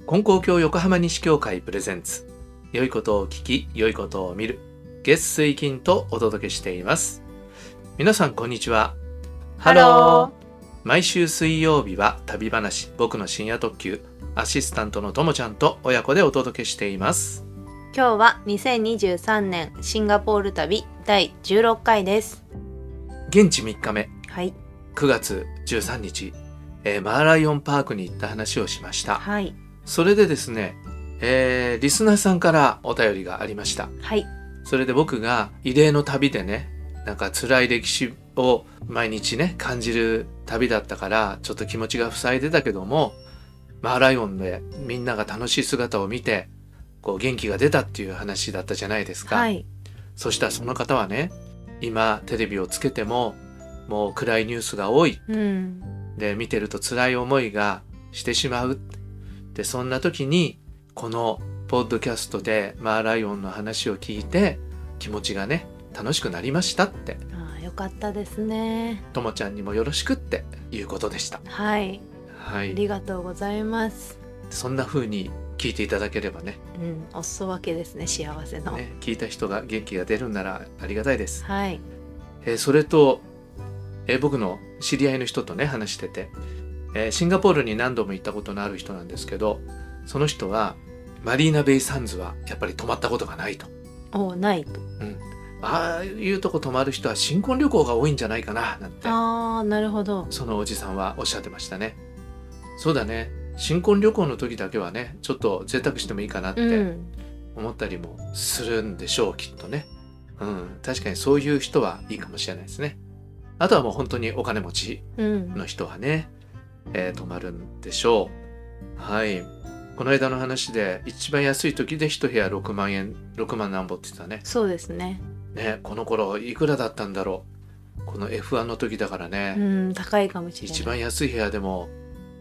金光教横浜西教会プレゼンツ、良いことを聞き良いことを見る、月水金とお届けしています。皆さんこんにちは。 ハロー。 毎週水曜日は旅話、僕の深夜特急、アシスタントのともちゃんと親子でお届けしています。 今日は2023年シンガポール旅第16回です。 現地3日目、 はい、 9月13日、マーライオンパークに行った話をしました。 はい、 それでですね、リスナーさんからお便りがありました。 はい、 それで僕が異例の旅でね、なんか辛い歴史を毎日ね感じる旅だったからちょっと気持ちが塞いでたけども、マーライオンでみんなが楽しい姿を見てこう元気が出たっていう話だったじゃないですか。 はい、 そしたらその方はね、今テレビをつけてももう暗いニュースが多い、で見てると辛い思いがしてしまう。でそんな時にこのポッドキャストでマーライオンの話を聞いて気持ちがね楽しくなりましたって。 よかったですね。 ともちゃんにもよろしくっていうことでした。 はい、 はい、 ありがとうございます。 そんな風に聞いていただければね、 お裾分けですね、幸せの、 ね、聞いた人が元気が出るんならありがたいです。 はい、 それと、僕の知り合いの人とね話してて、シンガポールに何度も行ったことのある人なんですけど、その人はマリーナベイサンズはやっぱり泊まったことがないと。 ないと。 ああいうとこ泊まる人は新婚旅行が多いんじゃないかななんて、 なるほど。 そのおじさんはおっしゃってましたね。そうだね、新婚旅行の時だけはねちょっと贅沢してもいいかなって思ったりもするんでしょう、きっとね。確かにそういう人はいいかもしれないですね。あとはもう本当にお金持ちの人はね、泊まるんでしょう。はい、この間の話で一番安い時で一部屋6万円、6万なんぼって言ってたね。 そうですね。 この頃いくらだったんだろう。この F1 の時だからね、 高いかもしれない。 一番安い部屋でも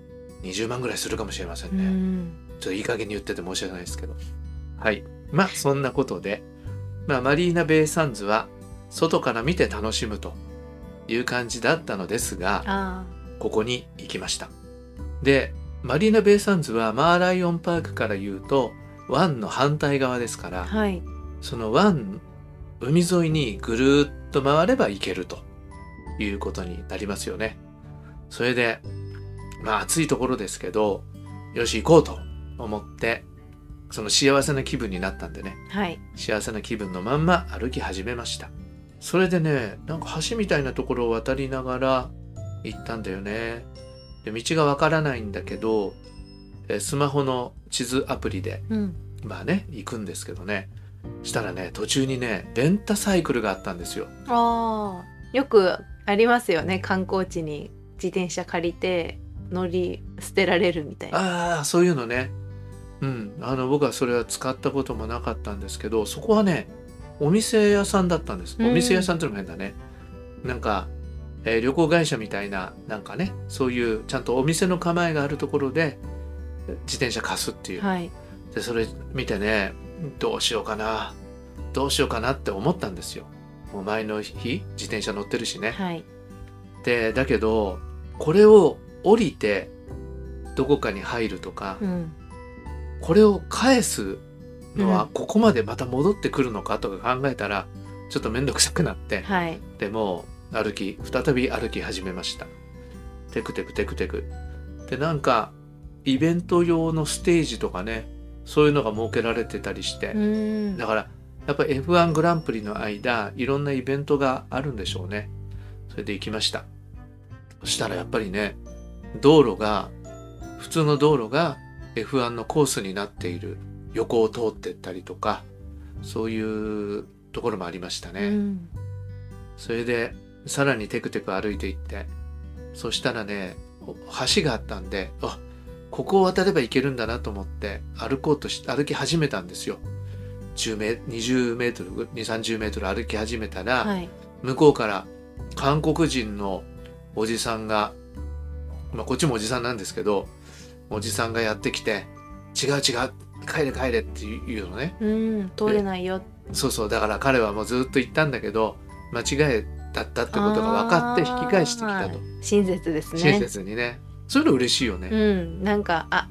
20万ぐらいするかもしれませんね。ちょっといい加減に言ってて申し訳ないですけど。はい、まあそんなことで、マリーナベイサンズは外から見て楽しむという感じだったのですが、ここに行きました。でマリーナベイサンズはマーライオンパークから言うと湾の反対側ですから、 はい、 その湾海沿いにぐるーっと回れば行けるということになりますよね。それで暑いところですけど、よし行こうと思ってその幸せな気分になったんでね、 はい、 幸せな気分のまんま歩き始めました。それでね、なんか橋みたいなところを渡りながら行ったんだよね。で道がわからないんだけど、スマホの地図アプリで、行くんですけどね、したらね途中にねレンタサイクルがあったんですよ。 よくありますよね、観光地に自転車借りて乗り捨てられるみたいな。 そういうのね。僕はそれは使ったこともなかったんですけど、そこはねお店屋さんだったんです。お店屋さんってのも変だね。なんか、旅行会社みたいな、なんかね、そういうちゃんとお店の構えがあるところで自転車貸すっていう、でそれ見てね、どうしようかなって思ったんですよ。もう前の日自転車乗ってるしね、でだけどこれを降りてどこかに入るとか、これを返すのはここまでまた戻ってくるのかとか考えたらちょっと面倒くさくなって、でも再び歩き始めました。テクテクで、なんかイベント用のステージとかね、そういうのが設けられてたりして、だからやっぱり F1 グランプリの間いろんなイベントがあるんでしょうね。それで行きました。そしたらやっぱりね、普通の道路が F1 のコースになっている、横を通ってったりとか、そういうところもありましたね。それでさらにテクテク歩いていって、そしたらね橋があったんで、ここを渡れば行けるんだなと思って歩き始めたんですよ。20メートル2、30メートル歩き始めたら、向こうから韓国人のおじさんが、こっちもおじさんなんですけど、おじさんがやってきて、違う帰れっていうのね。 通れないよ。 そうだから彼はもうずっと言ったんだけど間違いだったってことが分かって引き返してきたと。 親切ですね。 親切にね。そういうの嬉しいよね。 なんか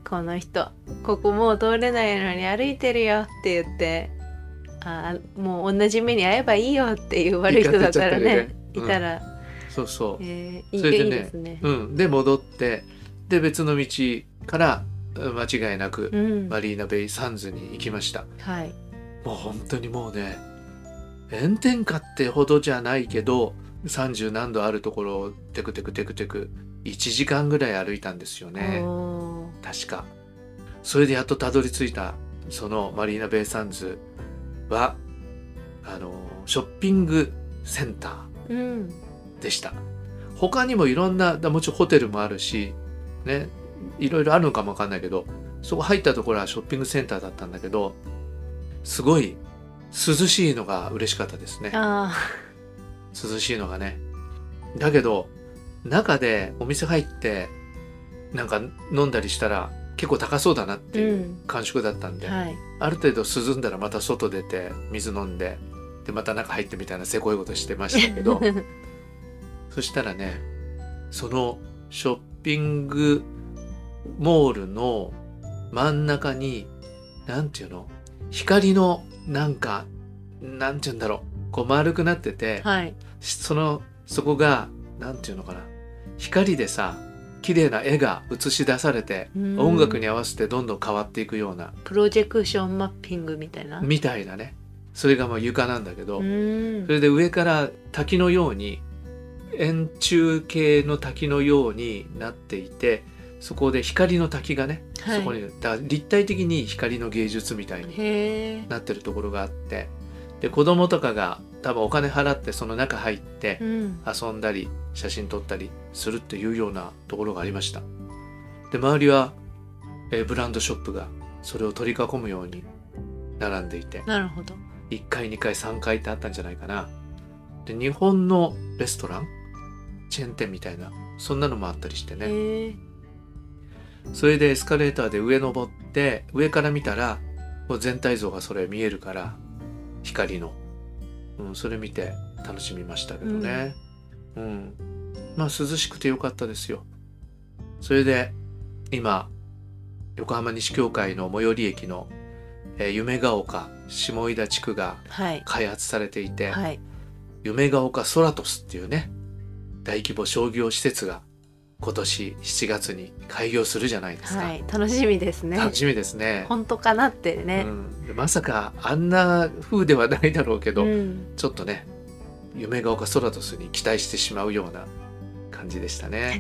この人ここもう通れないのに歩いてるよって言って、もう同じ目に遭えばいいよっていう悪い人だったらね、いたら、 そうそう、 いそれでねいですね。 で戻って、で別の道から間違いなくマリーナベイサンズに行きました。 はい、 もう本当にもうね、炎天下ってほどじゃないけど30何度あるところをテクテクテクテク1時間ぐらい歩いたんですよね、確か。それでやっとたどり着いたそのマリーナベイサンズはショッピングセンターでした。他にもいろんな、もちろんホテルもあるしね、いろいろあるのかもわかんないけど、そこ入ったところはショッピングセンターだったんだけど、すごい涼しいのが嬉しかったですね。涼しいのがね。だけど中でお店入ってなんか飲んだりしたら結構高そうだなっていう感触だったんで、ある程度涼んだらまた外出て水飲んで、でまた中入ってみたいなせこいことしてましたけどそしたらね、そのショッピングモールの真ん中になんていうの、光のなんていうんだろう、こう丸くなってて、そこがなんていうのかな、光でさ綺麗な絵が映し出されて、音楽に合わせてどんどん変わっていくようなプロジェクションマッピングみたいなね。それがまあ床なんだけど、それで上から滝のように円柱形の滝のようになっていて、そこで光の滝がね、そこにだ立体的に光の芸術みたいになってるところがあって、で子供とかが多分お金払ってその中入って遊んだり写真撮ったりするっていうようなところがありました。で周りはブランドショップがそれを取り囲むように並んでいて、 なるほど、 1階2階3階ってあったんじゃないかな。で日本のレストランチェーン店みたいなそんなのもあったりしてね。それでエスカレーターで上登って、上から見たらもう全体像がそれ見えるから、光の、それ見て楽しみましたけどね。まあ涼しくてよかったですよ。それで今横浜西教会の最寄り駅の、夢が丘下井田地区が開発されていて、夢が丘ソラトスっていうね大規模商業施設が今年7月に開業するじゃないですか。 楽しみですね。 楽しみですね。 本当かなってね、 まさかあんな風ではないだろうけど、ちょっとね夢が丘ソラトスに期待してしまうような感じでしたね。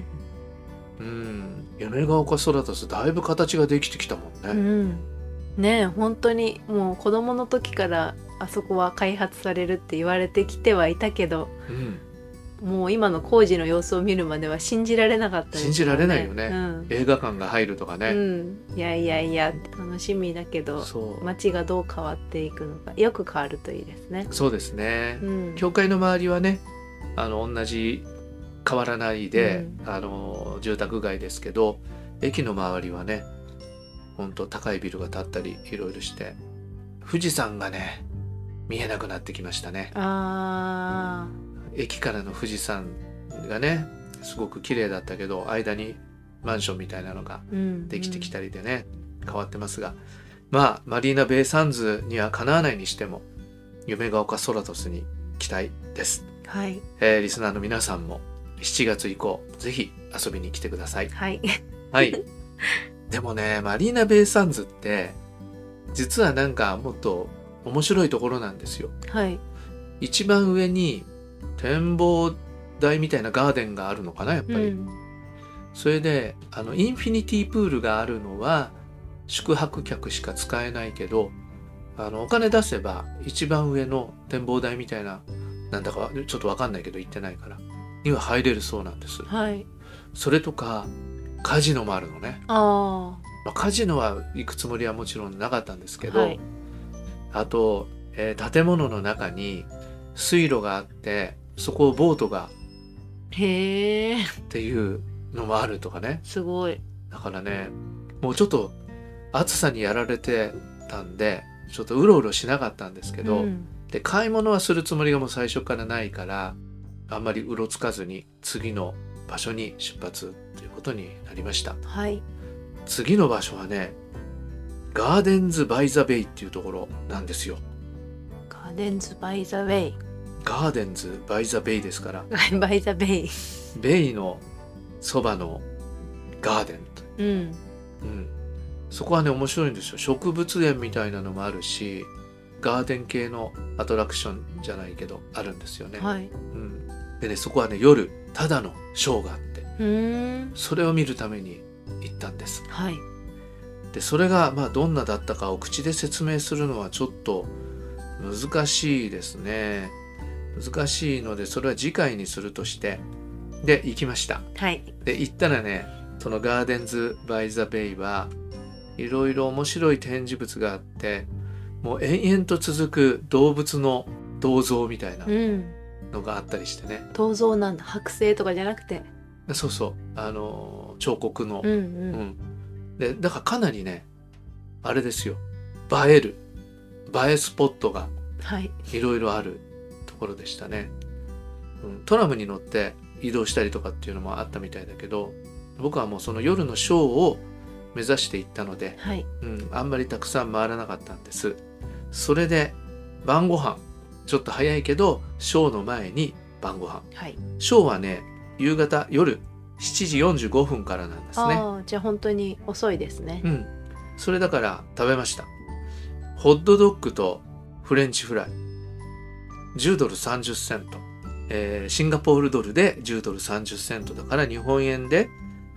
夢が丘ソラトスだいぶ形ができてきたもんね。 ねえ、本当にもう子供の時からあそこは開発されるって言われてきてはいたけど、もう今の工事の様子を見るまでは信じられなかったですよね。 信じられないよね、映画館が入るとかね、 いや楽しみだけど、街がどう変わっていくのか、よく変わるといいですね。 そうですね、教会の周りはね同じ変わらないで、住宅街ですけど、駅の周りはね本当高いビルが建ったりいろいろして富士山がね見えなくなってきましたね。駅からの富士山がねすごく綺麗だったけど、間にマンションみたいなのができてきたりでね、変わってますが、まあマリーナベイサンズにはかなわないにしても夢が丘ソラトスに期待です。リスナーの皆さんも7月以降ぜひ遊びに来てください。でもねマリーナベイサンズって実はなんかもっと面白いところなんですよ。一番上に展望台みたいなガーデンがあるのかなやっぱり、それでインフィニティプールがあるのは宿泊客しか使えないけど、お金出せば一番上の展望台みたいな、なんだかちょっと分かんないけど行ってないからには入れるそうなんです。それとかカジノもあるのね。カジノは行くつもりはもちろんなかったんですけど、あと、建物の中に水路があってそこをボートがっていうのもあるとかね。 すごい。 だからねもうちょっと暑さにやられてたんでちょっとうろうろしなかったんですけど、で買い物はするつもりがもう最初からないからあんまりうろつかずに次の場所に出発ということになりました。 次の場所はね、ガーデンズ・バイ・ザ・ベイっていうところなんですよ。 ガーデンズ・バイ・ザ・ウェイ。 ガーデンズ・バイ・ザ・ベイですから、 バイ・ザ・ベイ。 ベイのそばのガーデンと、 うん。 うん、そこはね面白いんですよ。植物園みたいなのもあるし、ガーデン系のアトラクションじゃないけどあるんですよね。 はい。 うん、でね、そこはね夜ただのショーがあって、それを見るために行ったんです。 はい。 でそれがまあどんなだったかを口で説明するのはちょっと難しいですね。難しいのでそれは次回にするとして、で行きました。 はい。 で行ったらね、そのガーデンズ・バイ・ザ・ベイはいろいろ面白い展示物があって、もう延々と続く動物の銅像みたいなうん。 のがあったりしてね、 銅像なんだ。剥製とかじゃなくて。 そうそう、彫刻の、 うんう。 うんん、でだからかなりねあれですよ、映える映えスポットがはい。 いろいろあるところでしたね、うん、トラムに乗って移動したりとかっていうのもあったみたいだけど、僕はもうその夜のショーを目指していったので、 はい。 あんまりたくさん回らなかったんです。それで晩ご飯ちょっと早いけどショーの前に晩ご飯、 はい。 ショーはね夕方夜7時45分からなんですね。 ああ、じゃあ本当に遅いですね。 それだから食べました。ホットドッグとフレンチフライ10ドル30セント、シンガポールドルで10ドル30セントだから日本円で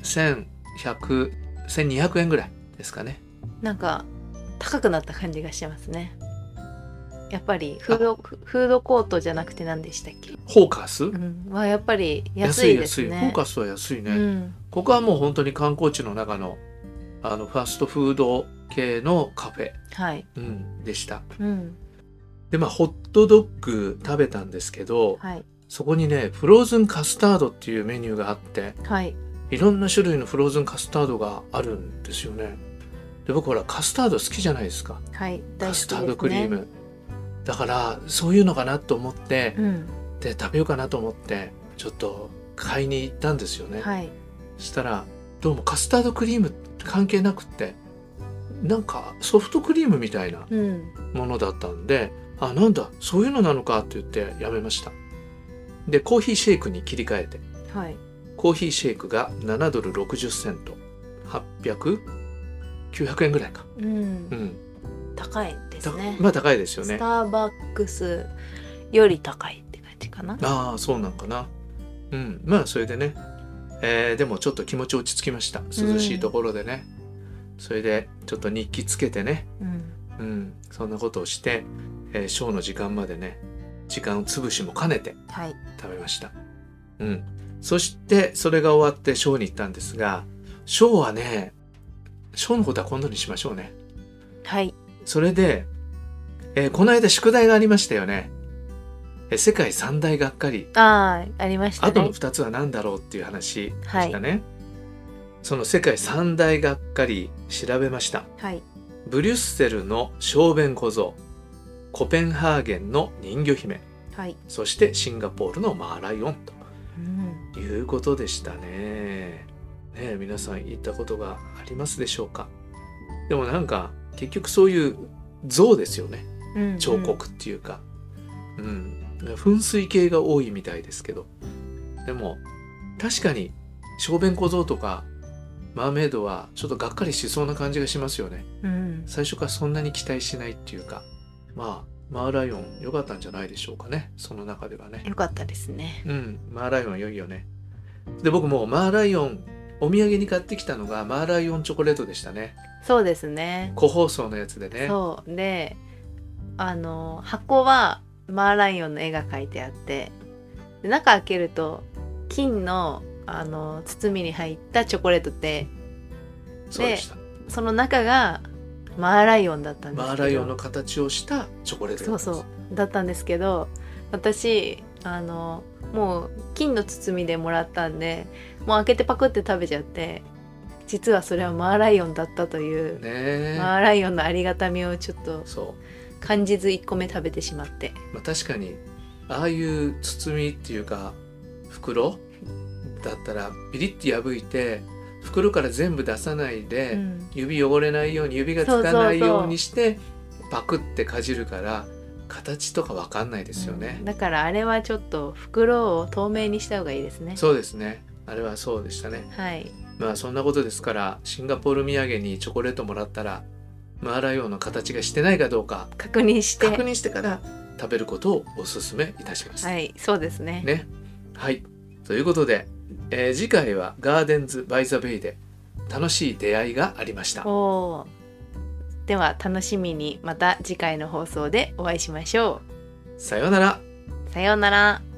1100、1200円ぐらいですかね。 なんか高くなった感じがしますね。やっぱりフードコートじゃなくて何でしたっけ？ ホーカス、 はやっぱり安いですね。 ホーカスは安いね、ここはもう本当に観光地の中のファストフード系のカフェ、 はい。 でした。 うん。 でホットドッグ食べたんですけど、 はい。 そこにねフローズンカスタードっていうメニューがあって、 はい。 いろんな種類のフローズンカスタードがあるんですよね。で僕ほらカスタード好きじゃないですか。 はい。大好きですね。 カスタードクリームだからそういうのかなと思って、で食べようかなと思ってちょっと買いに行ったんですよね。 はい。 そしたらどうもカスタードクリーム関係なくって、なんかソフトクリームみたいなものだったんで、なんだそういうのなのかって言ってやめました。でコーヒーシェイクに切り替えて、 はい。 コーヒーシェイクが7ドル60セント、800、900円ぐらいか。 高いですね。 まあ高いですよね。 スターバックスより高いって感じかな。 ああそうなんかな。まあそれでね、でもちょっと気持ち落ち着きました。涼しいところでね、それでちょっと日記つけてね、そんなことをして、ショーの時間までね時間潰しも兼ねて食べました。そしてそれが終わってショーに行ったんですが、ショーはね、ショーのことは今度にしましょうね。 はい。 それで、この間宿題がありましたよね。世界三大がっかり。 ありましたね。 あとの2つは何だろうっていう話でしたね。その世界三大がっかり調べました。ブリュッセルの小便小僧、コペンハーゲンの人魚姫、そしてシンガポールのマーライオンということでしたね。皆さん行ったことがありますでしょうか。でもなんか結局そういう像ですよね。彫刻っていうか、噴水系が多いみたいですけど、でも確かに小便小僧とかマーメイドはちょっとがっかりしそうな感じがしますよね。最初からそんなに期待しないっていうか、マーライオン良かったんじゃないでしょうかね。その中ではね。 良かったですね。 マーライオン良いよね。で僕もマーライオンお土産に買ってきたのがマーライオンチョコレートでしたね。 そうですね。 個包装のやつでね。 そうで、箱はマーライオンの絵が描いてあって、で中開けると金の包みに入ったチョコレートで、 そうでした。 その中がマーライオンだったんですけど、 マーライオンの形をしたチョコレートだったんですけど、私もう金の包みでもらったんで、もう開けてパクって食べちゃって、実はそれはマーライオンだったという、マーライオンのありがたみをちょっと感じず1個目食べてしまって、 確かにああいう包みっていうか袋だったらビリッて破いて袋から全部出さないで、 うん、 指汚れないように指がつかないようにしてパクってかじるから形とかわかんないですよね、 だからあれはちょっと袋を透明にした方がいいですね。 そうですね、あれはそうでしたね。 はい。 まあそんなことですから、シンガポール土産にチョコレートもらったらマーライオンの形がしてないかどうか確認してから食べることをお勧めいたします。 はい、そうですね。 ね。はい。ということで、次回はガーデンズ・バイ・ザ・ベイで楽しい出会いがありました。 おー。では楽しみにまた次回の放送でお会いしましょさようなら。 う。さようなら。